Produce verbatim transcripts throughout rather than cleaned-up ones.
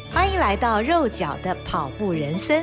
欢迎来到肉脚的跑步人生。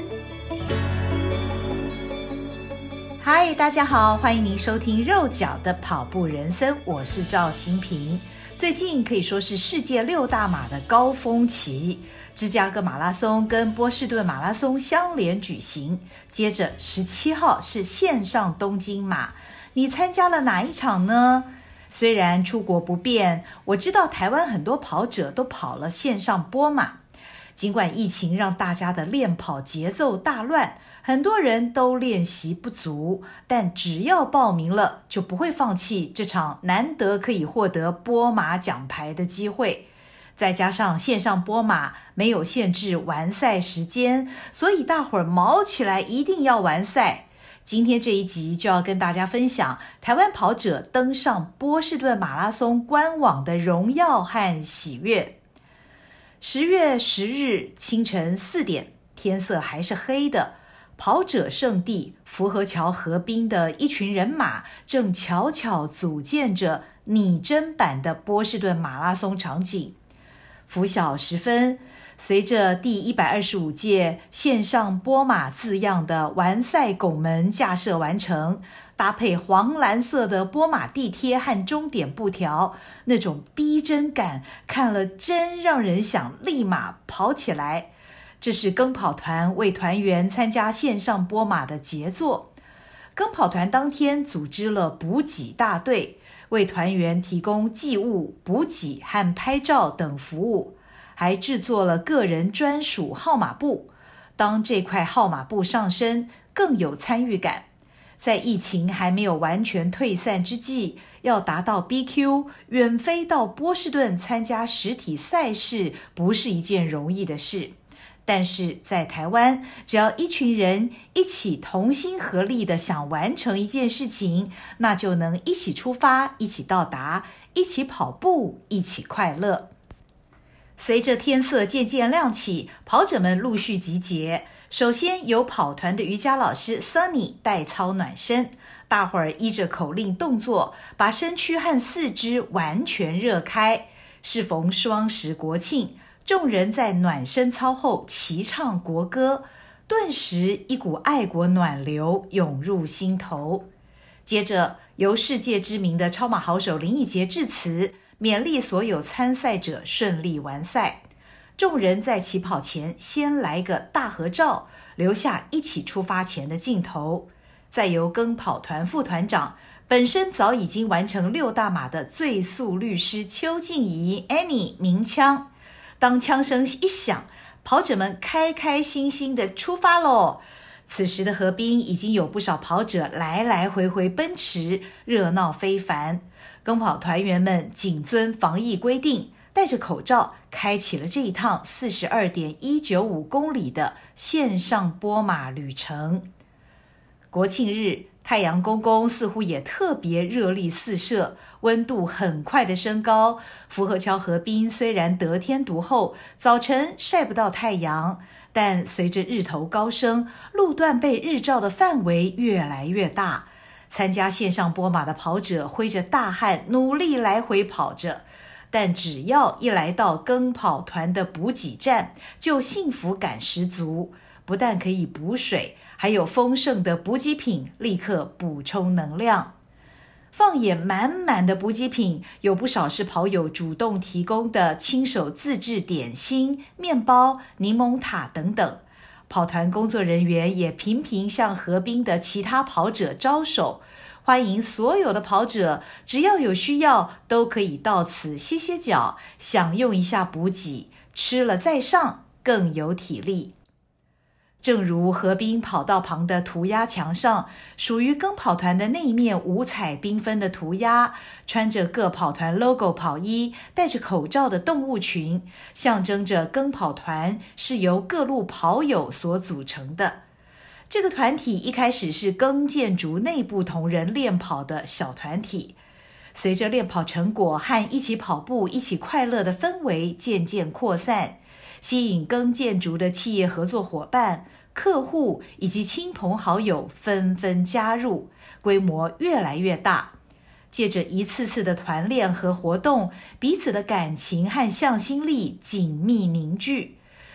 嗨，大家好，欢迎您收听肉脚的跑步人生，我是赵新平。最近可以说是世界六大马的高峰期，芝加哥马拉松跟波士顿马拉松相连举行，接着十七号是线上东京马，你参加了哪一场呢？虽然出国不便，我知道台湾很多跑者都跑了线上波马，尽管疫情让大家的练跑节奏大乱，很多人都练习不足，但只要报名了，就不会放弃这场难得可以获得波马奖牌的机会。再加上线上波马没有限制完赛时间，所以大伙儿毛起来一定要完赛。今天这一集就要跟大家分享台湾跑者登上波士顿马拉松官网的荣耀和喜悦。十月十日清晨四点，天色还是黑的，跑者圣地福和桥河滨的一群人马正悄悄组建着拟真版的波士顿马拉松场景。拂晓时分，随着第一百二十五届线上波马字样的完赛拱门架设完成，搭配黄蓝色的波马地贴和终点布条，那种逼真感看了真让人想立马跑起来。这是跟跑团为团员参加线上波马的杰作。跟跑团当天组织了补给大队，为团员提供寄物、补给和拍照等服务，还制作了个人专属号码布。当这块号码布上身，更有参与感。在疫情还没有完全退散之际，要达到 B Q， 远飞到波士顿参加实体赛事，不是一件容易的事。但是在台湾，只要一群人一起同心合力的想完成一件事情，那就能一起出发，一起到达，一起跑步，一起快乐。随着天色渐渐亮起，跑者们陆续集结。首先由跑团的瑜伽老师 Sunny 代操暖身，大伙儿依着口令动作，把身躯和四肢完全热开。适逢双十国庆，众人在暖身操后齐唱国歌，顿时一股爱国暖流涌入心头。接着由世界知名的超马好手林义杰致辞，勉励所有参赛者顺利完赛。众人在起跑前先来个大合照，留下一起出发前的镜头。再由跟跑团副团长，本身早已经完成六大马的最速律师邱静怡 Annie 鸣枪。当枪声一响，跑者们开开心心的出发咯。此时的河滨已经有不少跑者来来回回奔驰，热闹非凡。跟跑团员们谨遵防疫规定，戴着口罩，开启了这一趟 四十二点一九五公里的线上波马旅程。国庆日，太阳公公似乎也特别热力四射，温度很快的升高。福和桥河滨虽然得天独厚，早晨晒不到太阳，但随着日头高升，路段被日照的范围越来越大。参加线上波马的跑者挥着大汗，努力来回跑着。但只要一来到跟跑团的补给站，就幸福感十足。不但可以补水，还有丰盛的补给品立刻补充能量。放眼满满的补给品，有不少是跑友主动提供的亲手自制点心、面包、柠檬塔等等。跑团工作人员也频频向河滨的其他跑者招手，欢迎所有的跑者，只要有需要都可以到此歇歇脚，享用一下补给，吃了再上，更有体力。正如河滨跑道旁的涂鸦墙上，属于跟跑团的那一面五彩缤纷的涂鸦，穿着各跑团 logo 跑衣，戴着口罩的动物群，象征着跟跑团是由各路跑友所组成的。这个团体一开始是跟建筑内部同仁练跑的小团体，随着练跑成果和一起跑步、一起快乐的氛围渐渐扩散，吸引跟建筑的企业合作伙伴、客户以及亲朋好友纷纷加入，规模越来越大。借着一次次的团练和活动，彼此的感情和向心力紧密凝聚。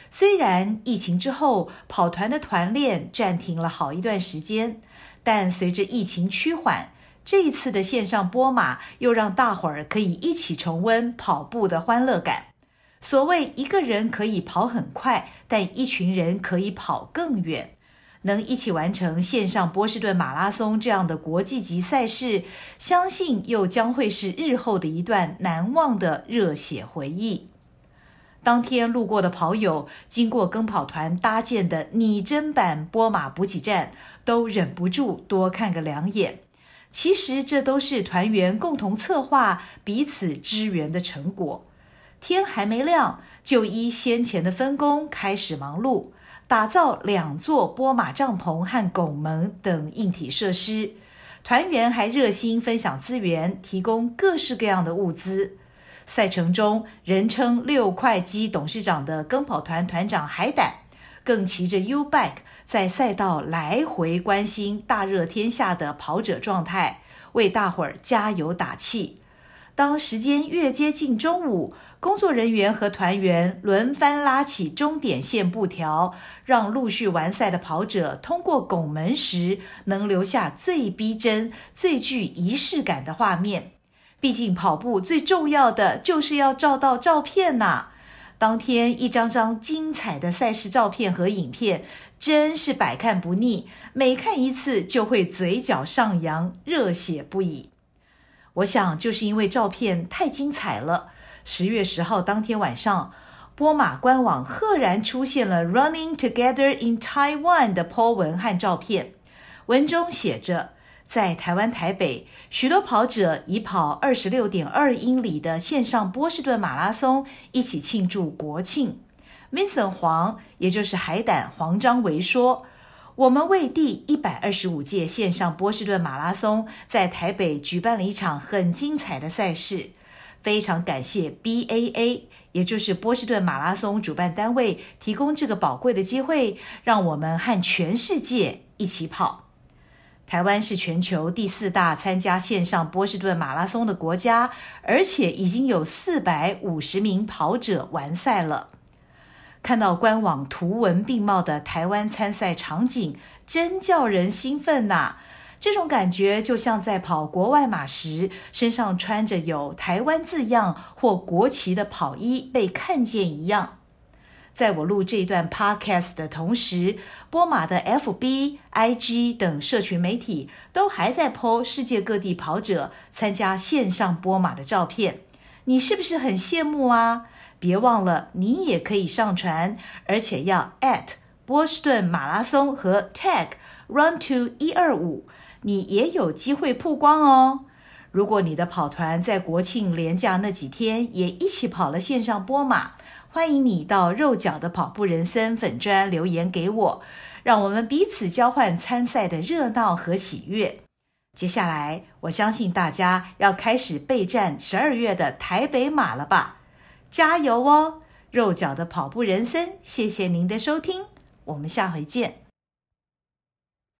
虽然疫情之后跑团的团练暂停了好一段时间，但随着疫情趋缓，这一次的线上播马又让大伙儿可以一起重温跑步的欢乐感。所谓一个人可以跑很快，但一群人可以跑更远。能一起完成线上波士顿马拉松这样的国际级赛事，相信又将会是日后的一段难忘的热血回忆。当天路过的跑友经过跟跑团搭建的拟真版波马补给站，都忍不住多看个两眼。其实这都是团员共同策划、彼此支援的成果。天还没亮，就依先前的分工开始忙碌，打造两座波马帐篷和拱门等硬体设施。团员还热心分享资源，提供各式各样的物资。赛程中，人称六块肌董事长的跟跑团团长海胆，更骑着 U-Bike 在赛道来回关心大热天下的跑者状态，为大伙儿加油打气。当时间越接近中午，工作人员和团员轮番拉起终点线布条，让陆续完赛的跑者通过拱门时能留下最逼真、最具仪式感的画面。毕竟跑步最重要的就是要照到照片呐、啊。当天一张张精彩的赛事照片和影片，真是百看不腻，每看一次就会嘴角上扬，热血不已。我想就是因为照片太精彩了，十月十号当天晚上，波马官网赫然出现了 Running Together in Taiwan 的 po 文和照片，文中写着，在台湾台北，许多跑者以跑 二十六点二英里的线上波士顿马拉松一起庆祝国庆。 Vincent 黄，也就是海胆黄章维说，我们为第一百二十五届线上波士顿马拉松在台北举办了一场很精彩的赛事，非常感谢 B A A， 也就是波士顿马拉松主办单位提供这个宝贵的机会，让我们和全世界一起跑。台湾是全球第四大参加线上波士顿马拉松的国家，而且已经有四百五十名跑者完赛了。看到官网图文并茂的台湾参赛场景，真叫人兴奋呐、啊！这种感觉就像在跑国外马时，身上穿着有台湾字样或国旗的跑衣被看见一样。在我录这段 podcast 的同时，波马的 F B、I G 等社群媒体都还在 po 世界各地跑者参加线上波马的照片。你是不是很羡慕啊？别忘了，你也可以上传，而且要 at 波士顿马拉松和 tag run to 一二五，你也有机会曝光哦。如果你的跑团在国庆连假那几天也一起跑了线上波马，欢迎你到肉脚的跑步人生粉专留言给我，让我们彼此交换参赛的热闹和喜悦。接下来，我相信大家要开始备战十二月的台北马了吧？加油哦！肉脚的跑步人生，谢谢您的收听，我们下回见。